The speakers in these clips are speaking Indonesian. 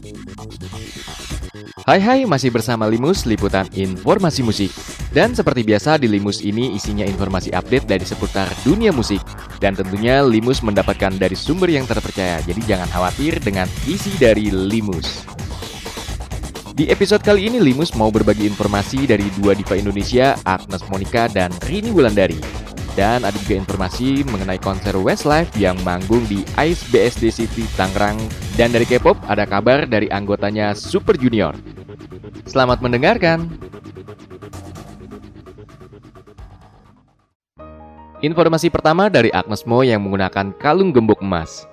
Hai, masih bersama Limus, liputan informasi musik. Dan seperti biasa di Limus ini isinya informasi update dari seputar dunia musik. Dan tentunya Limus mendapatkan dari sumber yang terpercaya, jadi jangan khawatir dengan isi dari Limus. Di episode kali ini Limus mau berbagi informasi dari dua diva Indonesia, Agnes Monica dan Rini Wulandari. Dan ada juga informasi mengenai konser Westlife yang manggung di ICE BSD City Tangerang. Dan dari K-pop ada kabar dari anggotanya Super Junior. Selamat mendengarkan. Informasi pertama dari Agnes Mo yang menggunakan kalung gembok emas.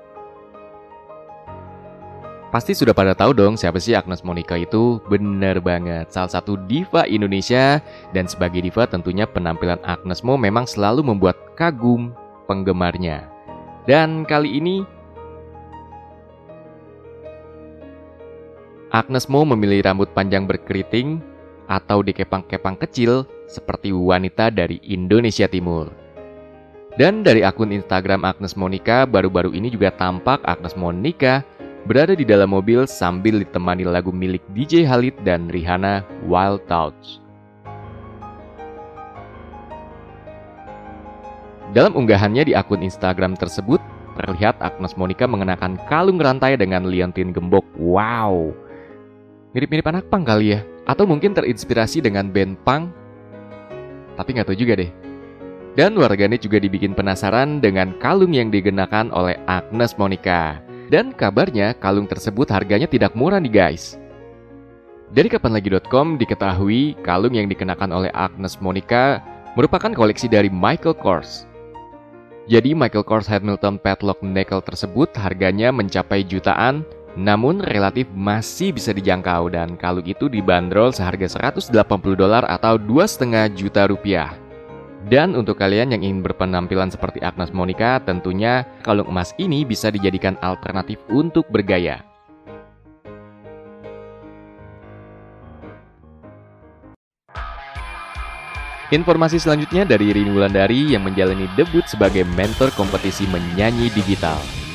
Pasti sudah pada tahu dong siapa sih Agnes Monica itu? Bener banget, salah satu diva Indonesia. Dan sebagai diva tentunya penampilan Agnes Mo memang selalu membuat kagum penggemarnya. Dan kali ini Agnes Mo memilih rambut panjang berkeriting atau dikepang-kepang kecil seperti wanita dari Indonesia Timur. Dan dari akun Instagram Agnes Monica, baru-baru ini juga tampak Agnes Monica berada di dalam mobil sambil ditemani lagu milik DJ Khalid dan Rihanna, Wild Thoughts. Dalam unggahannya di akun Instagram tersebut, terlihat Agnes Monica mengenakan kalung rantai dengan liontin gembok. Wow, mirip-mirip anak punk kali ya? Atau mungkin terinspirasi dengan band punk? Tapi nggak tahu juga deh. Dan warganet juga dibikin penasaran dengan kalung yang dikenakan oleh Agnes Monica. Dan kabarnya kalung tersebut harganya tidak murah nih guys. Dari kapanlagi.com diketahui kalung yang dikenakan oleh Agnes Monica merupakan koleksi dari Michael Kors. Jadi Michael Kors Hamilton Padlock Nickel tersebut harganya mencapai jutaan, namun relatif masih bisa dijangkau dan kalung itu dibanderol seharga $180 atau 2,5 juta rupiah. Dan untuk kalian yang ingin berpenampilan seperti Agnes Monica, tentunya kalung emas ini bisa dijadikan alternatif untuk bergaya. Informasi selanjutnya dari Rini Wulandari yang menjalani debut sebagai mentor kompetisi menyanyi digital.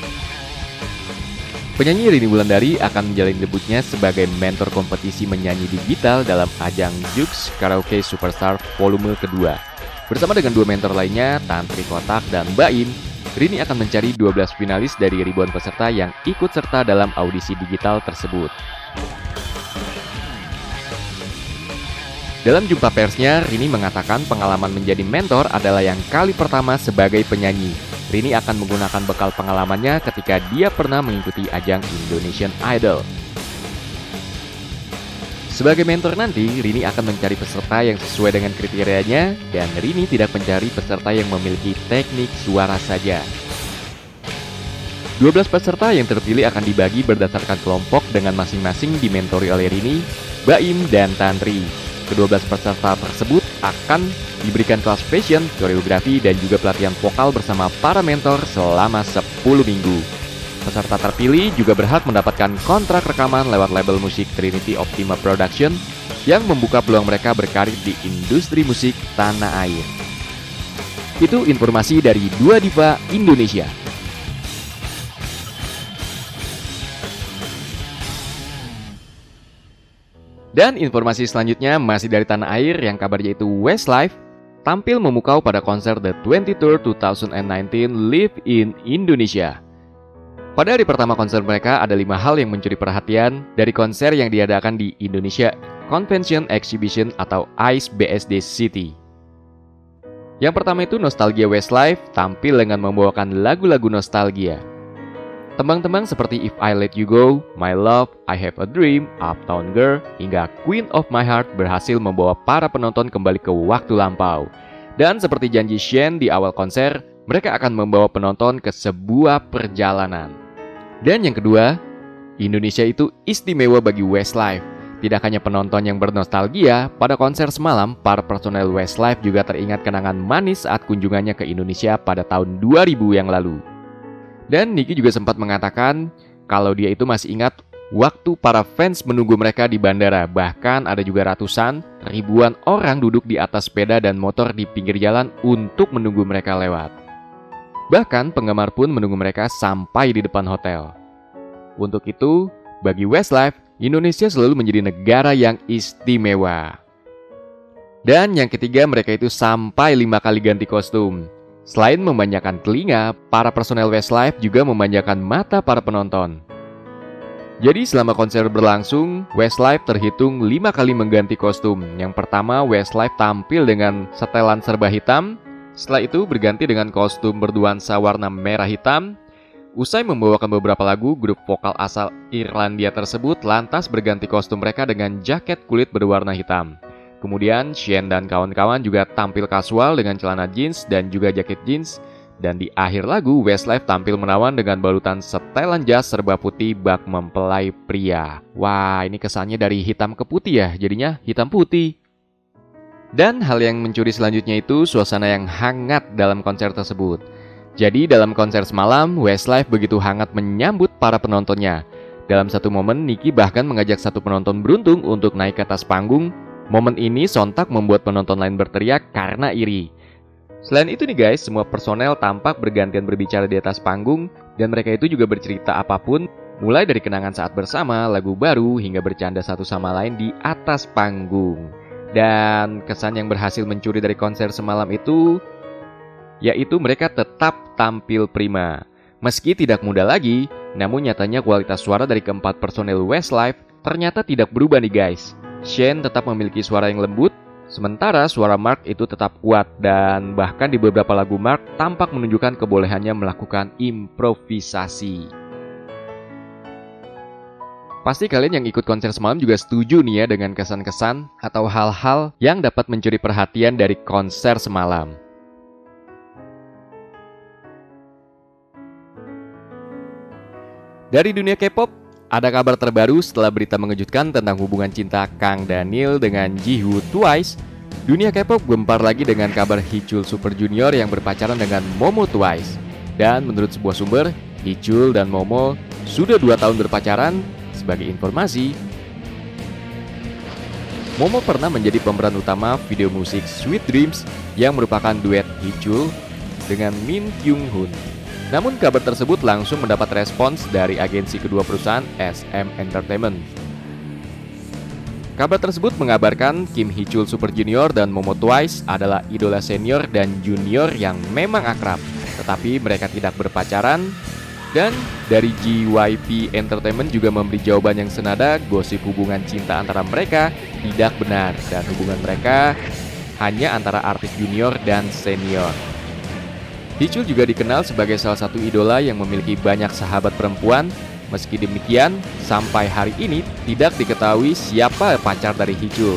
Penyanyi Rini Wulandari akan menjalani debutnya sebagai mentor kompetisi menyanyi digital dalam ajang Jux Karaoke Superstar volume kedua. Bersama dengan dua mentor lainnya, Tantri Kotak dan Baim, Rini akan mencari 12 finalis dari ribuan peserta yang ikut serta dalam audisi digital tersebut. Dalam jumpa persnya, Rini mengatakan pengalaman menjadi mentor adalah yang kali pertama sebagai penyanyi. Rini akan menggunakan bekal pengalamannya ketika dia pernah mengikuti ajang Indonesian Idol. Sebagai mentor nanti, Rini akan mencari peserta yang sesuai dengan kriterianya, dan Rini tidak mencari peserta yang memiliki teknik suara saja. 12 peserta yang terpilih akan dibagi berdasarkan kelompok dengan masing-masing dimentori oleh Rini, Baim, dan Tantri. Ke-12 peserta tersebut akan diberikan kelas fashion, koreografi, dan juga pelatihan vokal bersama para mentor selama 10 minggu. Peserta terpilih juga berhak mendapatkan kontrak rekaman lewat label musik Trinity Optima Production yang membuka peluang mereka berkarir di industri musik tanah air. Itu informasi dari dua diva Indonesia. Dan informasi selanjutnya masih dari tanah air yang kabarnya itu Westlife tampil memukau pada konser The 23rd 2019 Live in Indonesia. Pada hari pertama konser mereka, ada 5 hal yang mencuri perhatian dari konser yang diadakan di Indonesia Convention Exhibition atau ICE BSD City. Yang pertama itu Nostalgia Westlife tampil dengan membawakan lagu-lagu nostalgia. Tembang-tembang seperti If I Let You Go, My Love, I Have a Dream, Uptown Girl, hingga Queen of My Heart berhasil membawa para penonton kembali ke waktu lampau. Dan seperti janji Shen di awal konser, mereka akan membawa penonton ke sebuah perjalanan. Dan yang kedua, Indonesia itu istimewa bagi Westlife. Tidak hanya penonton yang bernostalgia, pada konser semalam, para personel Westlife juga teringat kenangan manis saat kunjungannya ke Indonesia pada tahun 2000 yang lalu. Dan Nicky juga sempat mengatakan kalau dia itu masih ingat waktu para fans menunggu mereka di bandara. Bahkan ada juga ratusan, ribuan orang duduk di atas sepeda dan motor di pinggir jalan untuk menunggu mereka lewat. Bahkan penggemar pun menunggu mereka sampai di depan hotel. Untuk itu, Bagi Westlife, Indonesia selalu menjadi negara yang istimewa. Dan yang ketiga, mereka itu sampai 5 kali ganti kostum. Selain memanjakan telinga, para personel Westlife juga memanjakan mata para penonton. Jadi selama konser berlangsung, Westlife terhitung 5 kali mengganti kostum. Yang pertama, Westlife tampil dengan setelan serba hitam. Setelah itu berganti dengan kostum bernuansa warna merah hitam. Usai membawakan beberapa lagu, grup vokal asal Irlandia tersebut lantas berganti kostum mereka dengan jaket kulit berwarna hitam. Kemudian Shane dan kawan-kawan juga tampil kasual dengan celana jeans dan juga jaket jeans. Dan di akhir lagu, Westlife tampil menawan dengan balutan setelan jas serba putih bak mempelai pria. Wah, ini kesannya dari hitam ke putih ya, jadinya hitam putih. Dan hal yang mencuri selanjutnya itu suasana yang hangat dalam konser tersebut. Jadi dalam konser semalam, Westlife begitu hangat menyambut para penontonnya. Dalam satu momen, Nicky bahkan mengajak satu penonton beruntung untuk naik ke atas panggung. Momen ini sontak membuat penonton lain berteriak karena iri. Selain itu nih guys, semua personel tampak bergantian berbicara di atas panggung dan mereka itu juga bercerita apapun, mulai dari kenangan saat bersama, lagu baru, hingga bercanda satu sama lain di atas panggung. Dan kesan yang berhasil mencuri dari konser semalam itu, yaitu mereka tetap tampil prima. Meski tidak muda lagi, namun nyatanya kualitas suara dari keempat personel Westlife ternyata tidak berubah nih guys. Shane tetap memiliki suara yang lembut, sementara suara Mark itu tetap kuat dan bahkan di beberapa lagu Mark tampak menunjukkan kebolehannya melakukan improvisasi. Pasti kalian yang ikut konser semalam juga setuju nih ya dengan kesan-kesan atau hal-hal yang dapat mencuri perhatian dari konser semalam. Dari dunia K-pop, ada kabar terbaru setelah berita mengejutkan tentang hubungan cinta Kang Daniel dengan Jihoo Twice. Dunia K-pop gempar lagi dengan kabar Heechul Super Junior yang berpacaran dengan Momo Twice. Dan menurut sebuah sumber, Heechul dan Momo sudah 2 tahun berpacaran. Sebagai informasi, Momo pernah menjadi pemeran utama video musik Sweet Dreams yang merupakan duet Heechul dengan Min Kyung Hoon. Namun kabar tersebut langsung mendapat respons dari agensi kedua perusahaan SM Entertainment. Kabar tersebut mengabarkan Kim Heechul Super Junior dan Momo Twice adalah idola senior dan junior yang memang akrab, tetapi mereka tidak berpacaran. Dan dari JYP Entertainment juga memberi jawaban yang senada, gosip hubungan cinta antara mereka tidak benar dan hubungan mereka hanya antara artis junior dan senior. Heechul juga dikenal sebagai salah satu idola yang memiliki banyak sahabat perempuan. Meski demikian, sampai hari ini tidak diketahui siapa pacar dari Heechul.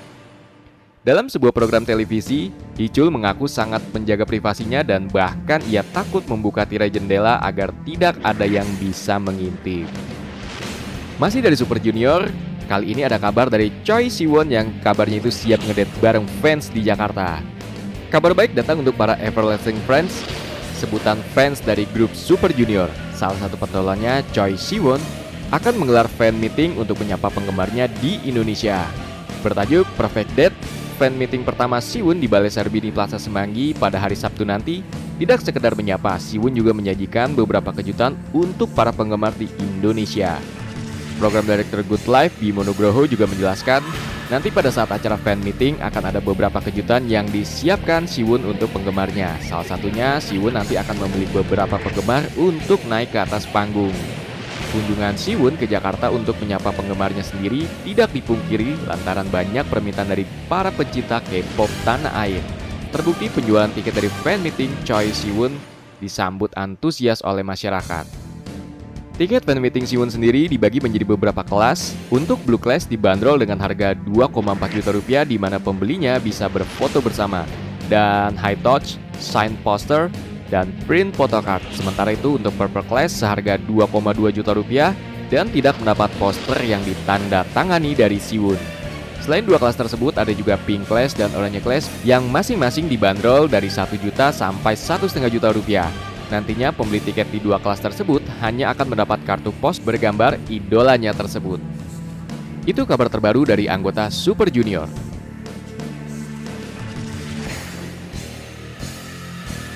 Dalam sebuah program televisi, Heechul mengaku sangat menjaga privasinya dan bahkan ia takut membuka tirai jendela agar tidak ada yang bisa mengintip. Masih dari Super Junior, kali ini ada kabar dari Choi Siwon yang kabarnya itu siap ngedate bareng fans di Jakarta. Kabar baik datang untuk para Everlasting Friends, sebutan fans dari grup Super Junior. Salah satu pentolannya, Choi Siwon, akan menggelar fan meeting untuk menyapa penggemarnya di Indonesia. Bertajuk Perfect Date, fan meeting pertama Siwon di Balai Sarbini Plaza Semanggi pada hari Sabtu nanti. Tidak sekedar menyapa, Siwon juga menyajikan beberapa kejutan untuk para penggemar di Indonesia. Program Director Good Life Bimo Nugroho juga menjelaskan, nanti pada saat acara fan meeting akan ada beberapa kejutan yang disiapkan Siwon untuk penggemarnya. Salah satunya, Siwon nanti akan membeli beberapa penggemar untuk naik ke atas panggung. Kunjungan Siwon ke Jakarta untuk menyapa penggemarnya sendiri tidak dipungkiri lantaran banyak permintaan dari para pecinta K-pop tanah air. Terbukti penjualan tiket dari fan meeting Choi Siwon disambut antusias oleh masyarakat. Tiket fan meeting Siwon sendiri dibagi menjadi beberapa kelas. Untuk Blue Class dibanderol dengan harga 2,4 juta rupiah di mana pembelinya bisa berfoto bersama. Dan High Touch, Sign Poster, dan Print Photocard. Sementara itu untuk Purple Class seharga 2,2 juta rupiah dan tidak mendapat poster yang ditandatangani dari Siwon. Selain dua kelas tersebut, ada juga Pink Class dan Orange Class yang masing-masing dibanderol dari 1 juta sampai 1,5 juta rupiah. Nantinya pembeli tiket di dua kelas tersebut hanya akan mendapat kartu pos bergambar idolanya tersebut. Itu kabar terbaru dari anggota Super Junior.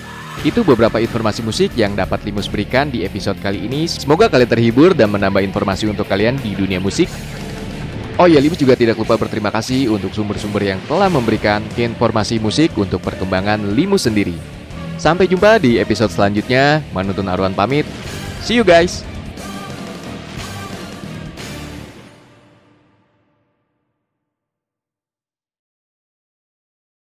Itu beberapa informasi musik yang dapat Limus berikan di episode kali ini. Semoga kalian terhibur dan menambah informasi untuk kalian di dunia musik. Oh ya, Limus juga tidak lupa berterima kasih untuk sumber-sumber yang telah memberikan informasi musik untuk perkembangan Limus sendiri. Sampai jumpa di episode selanjutnya. Manutun Arwan pamit. See you guys!